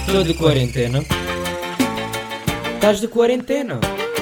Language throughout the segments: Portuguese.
Tô de quarentena. Estás de quarentena?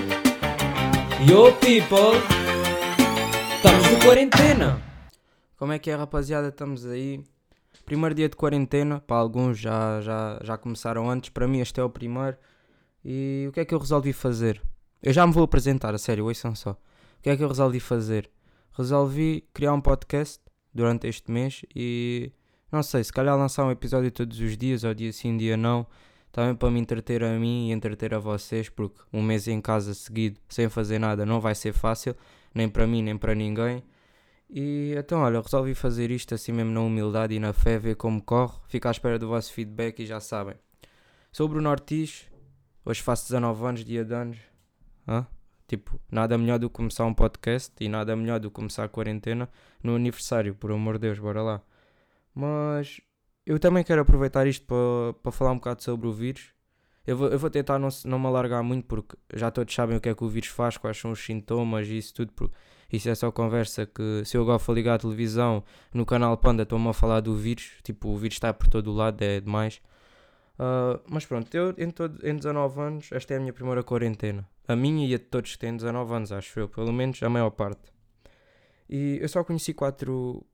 Yo people, estamos de quarentena. Como é que é, rapaziada? Estamos aí. Primeiro dia de quarentena. Para alguns já começaram antes. Para mim este é o primeiro. E o que é que eu resolvi fazer? Eu já me vou apresentar, a sério, ouçam só. O que é que eu resolvi fazer? Resolvi criar um podcast durante este mês e... não sei, se calhar lançar um episódio todos os dias, ou dia sim, dia não. Também para me entreter a mim e entreter a vocês, porque um mês em casa seguido, sem fazer nada, não vai ser fácil. Nem para mim, nem para ninguém. E então, olha, resolvi fazer isto assim mesmo na humildade e na fé, ver como corre. Fico à espera do vosso feedback e já sabem. Sou o Bruno Ortiz, hoje faço 19 anos, dia de anos. Tipo, nada melhor do que começar um podcast e nada melhor do que começar a quarentena no aniversário, por amor de Deus, bora lá. Mas eu também quero aproveitar isto para falar um bocado sobre o vírus. Eu vou tentar não me alargar muito, porque já todos sabem o que é que o vírus faz, quais são os sintomas e isso tudo, porque isso é só conversa que se eu agora for ligar a televisão no canal Panda estão-me a falar do vírus, tipo, o vírus está por todo o lado, é demais. Mas pronto, eu em 19 anos, esta é a minha primeira quarentena. A minha e a de todos que têm 19 anos, acho eu, pelo menos a maior parte. E eu só conheci quatro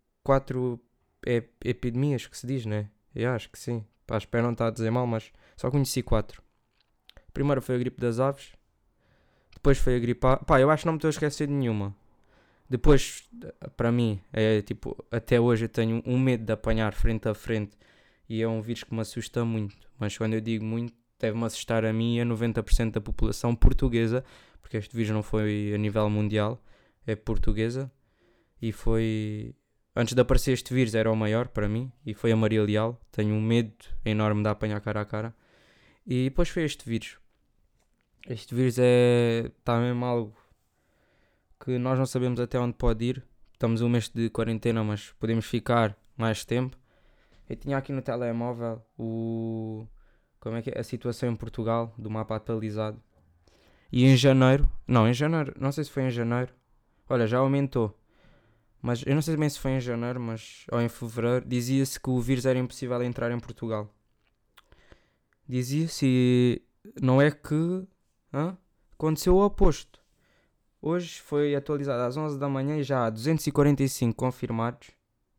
epidemias, que se diz, né? Eu acho que sim. Pá, espero não estar a dizer mal, mas só conheci 4. Primeiro foi a gripe das aves. Depois foi a gripe A. Pá, eu acho que não me estou a esquecer de nenhuma. Depois, para mim, é tipo, até hoje eu tenho um medo de apanhar frente a frente. E é um vírus que me assusta muito. Mas quando eu digo muito, deve-me assustar a mim e a 90% da população portuguesa. Porque este vírus não foi a nível mundial. É portuguesa. E foi... antes de aparecer este vírus era o maior para mim. E foi a Maria Leal. Tenho um medo enorme de apanhar cara a cara. E depois foi este vírus. Este vírus está mesmo algo que nós não sabemos até onde pode ir. Estamos um mês de quarentena, mas podemos ficar mais tempo. Eu tinha aqui no telemóvel como é que é? A situação em Portugal, do mapa atualizado. E em janeiro, não sei se foi em janeiro. Olha, já aumentou. Mas eu não sei bem se foi em janeiro, ou em fevereiro, dizia-se que o vírus era impossível entrar em Portugal. Dizia-se, e não é que aconteceu o oposto. Hoje foi atualizado às 11 da manhã e já há 245 confirmados.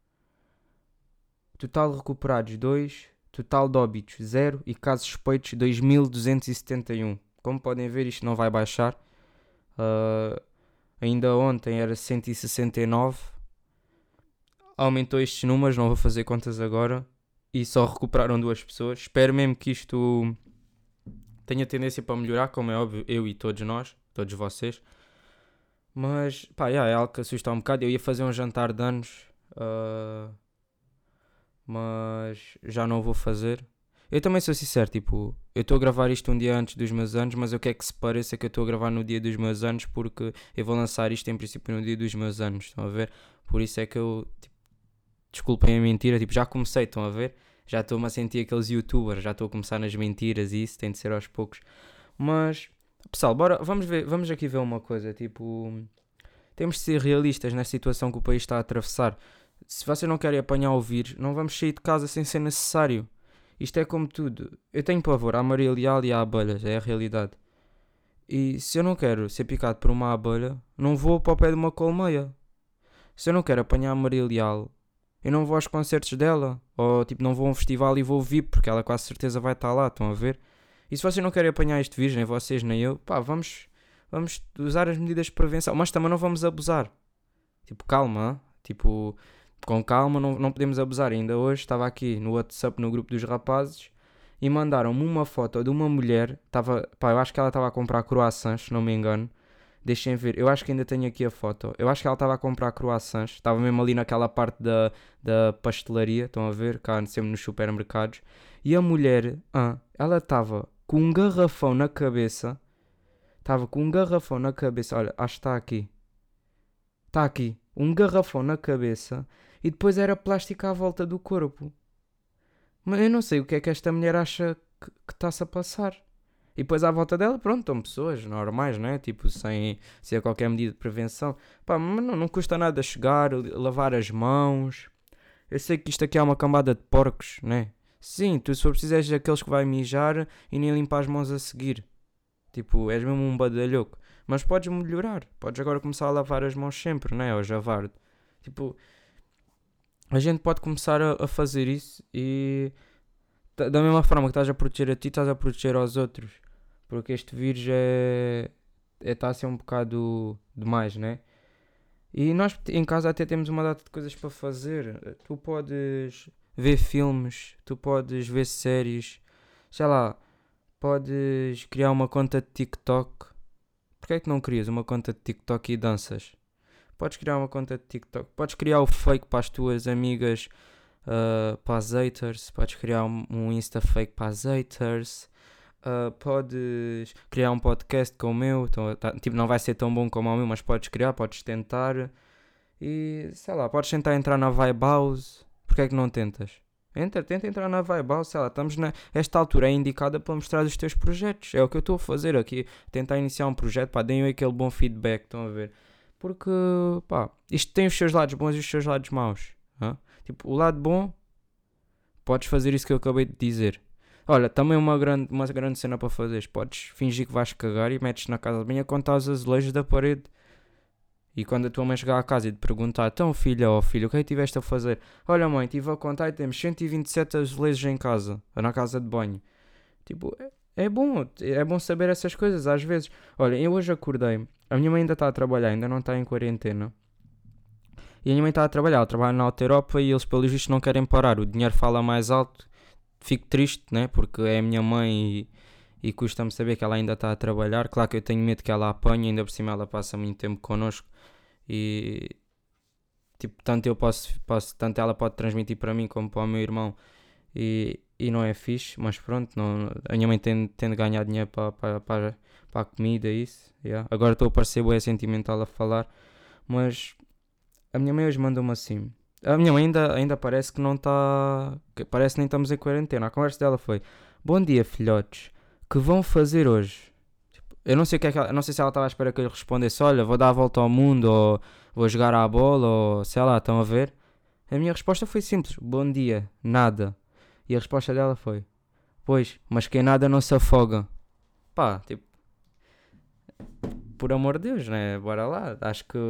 Total recuperados 2, total de óbitos 0 e casos suspeitos 2.271. Como podem ver, isto não vai baixar. Ainda ontem era 169. Aumentou estes números, não vou fazer contas agora. E só recuperaram 2 pessoas. Espero mesmo que isto tenha tendência para melhorar, como é óbvio, eu e todos nós, todos vocês. Mas, pá, é algo que assusta um bocado. Eu ia fazer um jantar de anos, mas já não vou fazer. Eu também sou sincero, tipo, eu estou a gravar isto um dia antes dos meus anos, mas eu quero que se pareça que eu estou a gravar no dia dos meus anos, porque eu vou lançar isto em princípio no dia dos meus anos, estão a ver? Por isso é que eu, tipo, desculpem a mentira, tipo, já comecei, estão a ver? Já estou-me a sentir aqueles youtubers, já estou a começar nas mentiras e isso tem de ser aos poucos. Mas, pessoal, bora, vamos aqui ver uma coisa, tipo, temos de ser realistas na situação que o país está a atravessar. Se vocês não querem apanhar o vírus, não vamos sair de casa sem ser necessário. Isto é como tudo. Eu tenho pavor à Maria Leal e à abelhas, é a realidade. E se eu não quero ser picado por uma abelha, não vou para o pé de uma colmeia. Se eu não quero apanhar a Maria Leal, eu não vou aos concertos dela. Ou tipo, não vou a um festival e vou VIP, porque ela quase certeza vai estar lá, estão a ver? E se vocês não querem apanhar este vírus, nem vocês nem eu, pá, vamos usar as medidas de prevenção. Mas também não vamos abusar. Tipo, calma, tipo... com calma, não podemos abusar. Ainda hoje estava aqui no WhatsApp, no grupo dos rapazes, e mandaram-me uma foto de uma mulher. Eu acho que ela estava a comprar croissants, se não me engano. Deixem ver, eu acho que ainda tenho aqui a foto. Eu acho que ela estava a comprar croissants. Estava mesmo ali naquela parte da pastelaria, estão a ver? Cá sempre nos supermercados. E a mulher, ela estava com um garrafão na cabeça. Olha, acho que está aqui. Está aqui. Um garrafão na cabeça. E depois era plástico à volta do corpo. Mas eu não sei o que é que esta mulher acha que está-se a passar. E depois à volta dela, pronto, estão pessoas normais, né? Tipo, sem qualquer medida de prevenção. Pá, mas não custa nada chegar, lavar as mãos. Eu sei que isto aqui é uma cambada de porcos, né? Sim, tu se for preciso és daqueles que vai mijar e nem limpar as mãos a seguir. Tipo, és mesmo um badalhoco. Mas podes melhorar. Podes agora começar a lavar as mãos sempre, né? Ou javar. Tipo, a gente pode começar a fazer isso e da mesma forma que estás a proteger a ti, estás a proteger aos outros. Porque este vírus está a ser um bocado demais, né? E nós em casa até temos uma data de coisas para fazer. Tu podes ver filmes, tu podes ver séries, sei lá, podes criar uma conta de TikTok. Porquê é que não crias uma conta de TikTok e danças? Podes criar uma conta de TikTok, podes criar o fake para as tuas amigas, para as haters, podes criar um Insta fake para as haters. Podes criar um podcast como o meu, então, tipo, não vai ser tão bom como o meu, mas podes criar, podes tentar. E sei lá, podes tentar entrar na Vibe House. Porquê é que não tentas? Tenta entrar na Vibe House, sei lá, esta altura é indicada para mostrar os teus projetos. É o que eu estou a fazer aqui, tentar iniciar um projeto, pá, deem aquele bom feedback, estão a ver? Porque, pá, isto tem os seus lados bons e os seus lados maus. Tipo, o lado bom, podes fazer isso que eu acabei de dizer. Olha, também uma grande cena para fazeres. Podes fingir que vais cagar e metes na casa de banho a contar os azulejos da parede. E quando a tua mãe chegar à casa e te perguntar, então filha ou filho, o que é que tiveste a fazer? Olha mãe, estive a contar e temos 127 azulejos em casa, na casa de banho. Tipo, é bom saber essas coisas às vezes. Olha, eu hoje acordei, a minha mãe ainda está a trabalhar, ainda não está em quarentena. E a minha mãe está a trabalhar, ela trabalha na Alteropa e eles pelos vistos não querem parar, o dinheiro fala mais alto. Fico triste, né, porque é a minha mãe e custa-me saber que ela ainda está a trabalhar. Claro que eu tenho medo que ela apanhe, ainda por cima ela passa muito tempo connosco. E tipo, tanto tanto ela pode transmitir para mim como para o meu irmão e não é fixe, mas pronto, não, a minha mãe tem de ganhar dinheiro para a comida e isso, yeah. Agora estou a parecer bué sentimental a falar, mas a minha mãe hoje mandou-me assim, a minha mãe ainda parece que não está, parece que nem estamos em quarentena. A conversa dela foi: bom dia filhotes, que vão fazer hoje? Eu não sei o que é que ela, não sei se ela estava à espera que eu lhe respondesse: olha, vou dar a volta ao mundo, ou vou jogar à bola, ou sei lá, estão a ver? A minha resposta foi simples: bom dia, nada. E a resposta dela foi: pois, mas quem nada não se afoga. Pá, tipo, por amor de Deus, né? Bora lá. Acho que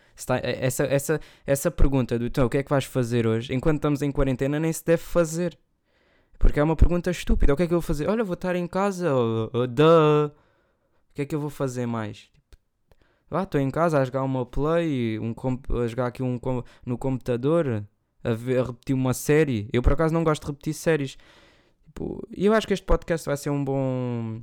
essa pergunta do então, o que é que vais fazer hoje? Enquanto estamos em quarentena, nem se deve fazer. Porque é uma pergunta estúpida. O que é que eu vou fazer? Olha, vou estar em casa, duh. O que é que eu vou fazer mais? Estou em casa a jogar uma play, a jogar aqui no computador, a repetir uma série. Eu por acaso não gosto de repetir séries. E eu acho que este podcast vai ser um bom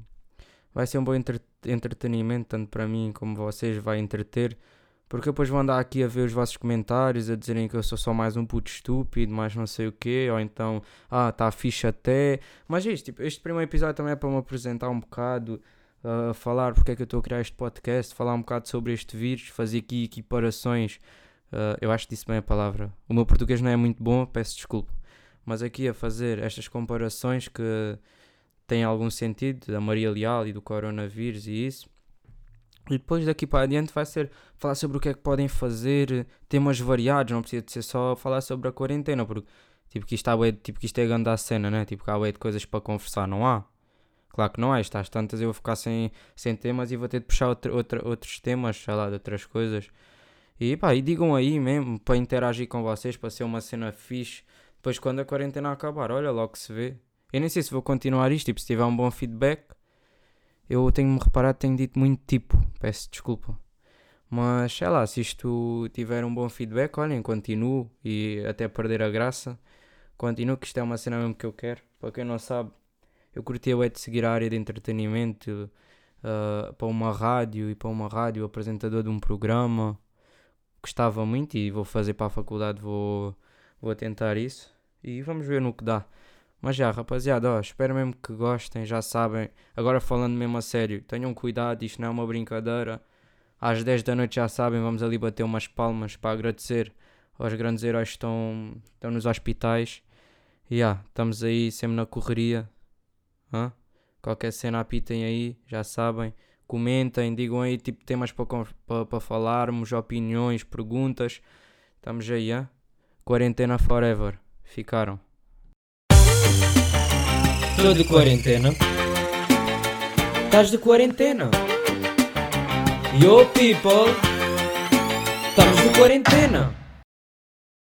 entretenimento, tanto para mim como vocês, vai entreter. Porque depois vão andar aqui a ver os vossos comentários, a dizerem que eu sou só mais um puto estúpido, mais não sei o quê, ou então, está fixe até. Mas é isto, tipo, este primeiro episódio também é para me apresentar um bocado, falar porque é que eu estou a criar este podcast, falar um bocado sobre este vírus, fazer aqui equiparações. Eu acho que disse bem a palavra. O meu português não é muito bom, peço desculpa. Mas aqui a fazer estas comparações que têm algum sentido, da Maria Leal e do coronavírus e isso. E depois daqui para adiante vai ser falar sobre o que é que podem fazer, temas variados, não precisa de ser só falar sobre a quarentena, porque tipo que isto é grande a cena, né? Tipo que há de coisas para conversar, não há? Claro que não há, às tantas eu vou ficar sem temas e vou ter de puxar outros temas, sei lá, de outras coisas. E pá, e digam aí mesmo, para interagir com vocês, para ser uma cena fixe. Depois quando a quarentena acabar, olha, logo se vê. Eu nem sei se vou continuar isto, tipo, se tiver um bom feedback. Eu tenho-me reparado, tenho dito muito tipo, peço desculpa. Mas sei lá, se isto tiver um bom feedback, olhem, continuo e até perder a graça. Continuo, que isto é uma cena mesmo que eu quero. Para quem não sabe, eu curtia de seguir a área de entretenimento, para uma rádio apresentador de um programa. Gostava muito e vou fazer para a faculdade, vou tentar isso. E vamos ver no que dá. Mas já, rapaziada, espero mesmo que gostem, já sabem. Agora falando mesmo a sério, tenham cuidado, isto não é uma brincadeira. Às 10 da noite já sabem, vamos ali bater umas palmas para agradecer aos grandes heróis que estão nos hospitais. E estamos aí sempre na correria. Qualquer cena apitem aí, já sabem. Comentem, digam aí tipo temas para falarmos, opiniões, perguntas. Estamos aí, Quarentena forever. Ficaram. Estou de quarentena. Estás de quarentena. Yo people, estamos de quarentena.